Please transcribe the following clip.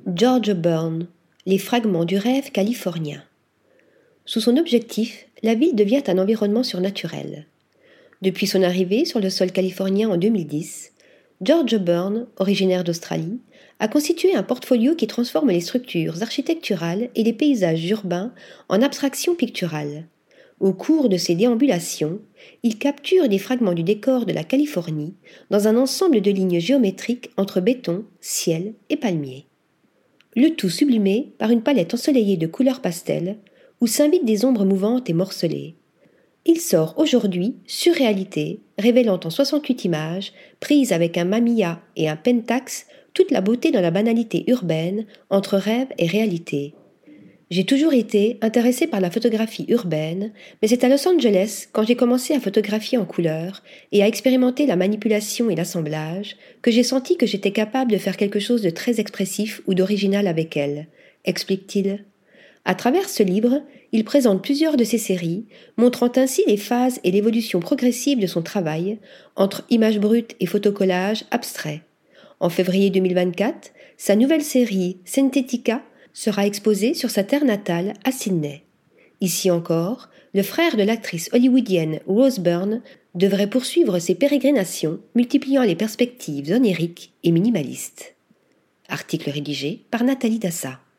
George Byrne, les fragments du rêve californien. Sous son objectif, la ville devient un environnement surnaturel. Depuis son arrivée sur le sol californien en 2010, George Byrne, originaire d'Australie, a constitué un portfolio qui transforme les structures architecturales et les paysages urbains en abstractions picturales. Au cours de ses déambulations, il capture des fragments du décor de la Californie dans un ensemble de lignes géométriques entre béton, ciel et palmiers. Le tout sublimé par une palette ensoleillée de couleurs pastel où s'invitent des ombres mouvantes et morcelées. Il sort aujourd'hui Surréalité, révélant en 68 images, prises avec un Mamiya et un Pentax, toute la beauté dans la banalité urbaine, entre rêve et réalité. J'ai toujours été intéressée par la photographie urbaine, mais c'est à Los Angeles, quand j'ai commencé à photographier en couleur et à expérimenter la manipulation et l'assemblage, que j'ai senti que j'étais capable de faire quelque chose de très expressif ou d'original avec elle, explique-t-il. À travers ce livre, il présente plusieurs de ses séries, montrant ainsi les phases et l'évolution progressive de son travail, entre images brutes et photocollages abstraits. En février 2024, sa nouvelle série Synthetica sera exposée sur sa terre natale à Sydney. Ici encore, le frère de l'actrice hollywoodienne Rose Byrne devrait poursuivre ses pérégrinations, multipliant les perspectives oniriques et minimalistes. Article rédigé par Nathalie Dassa.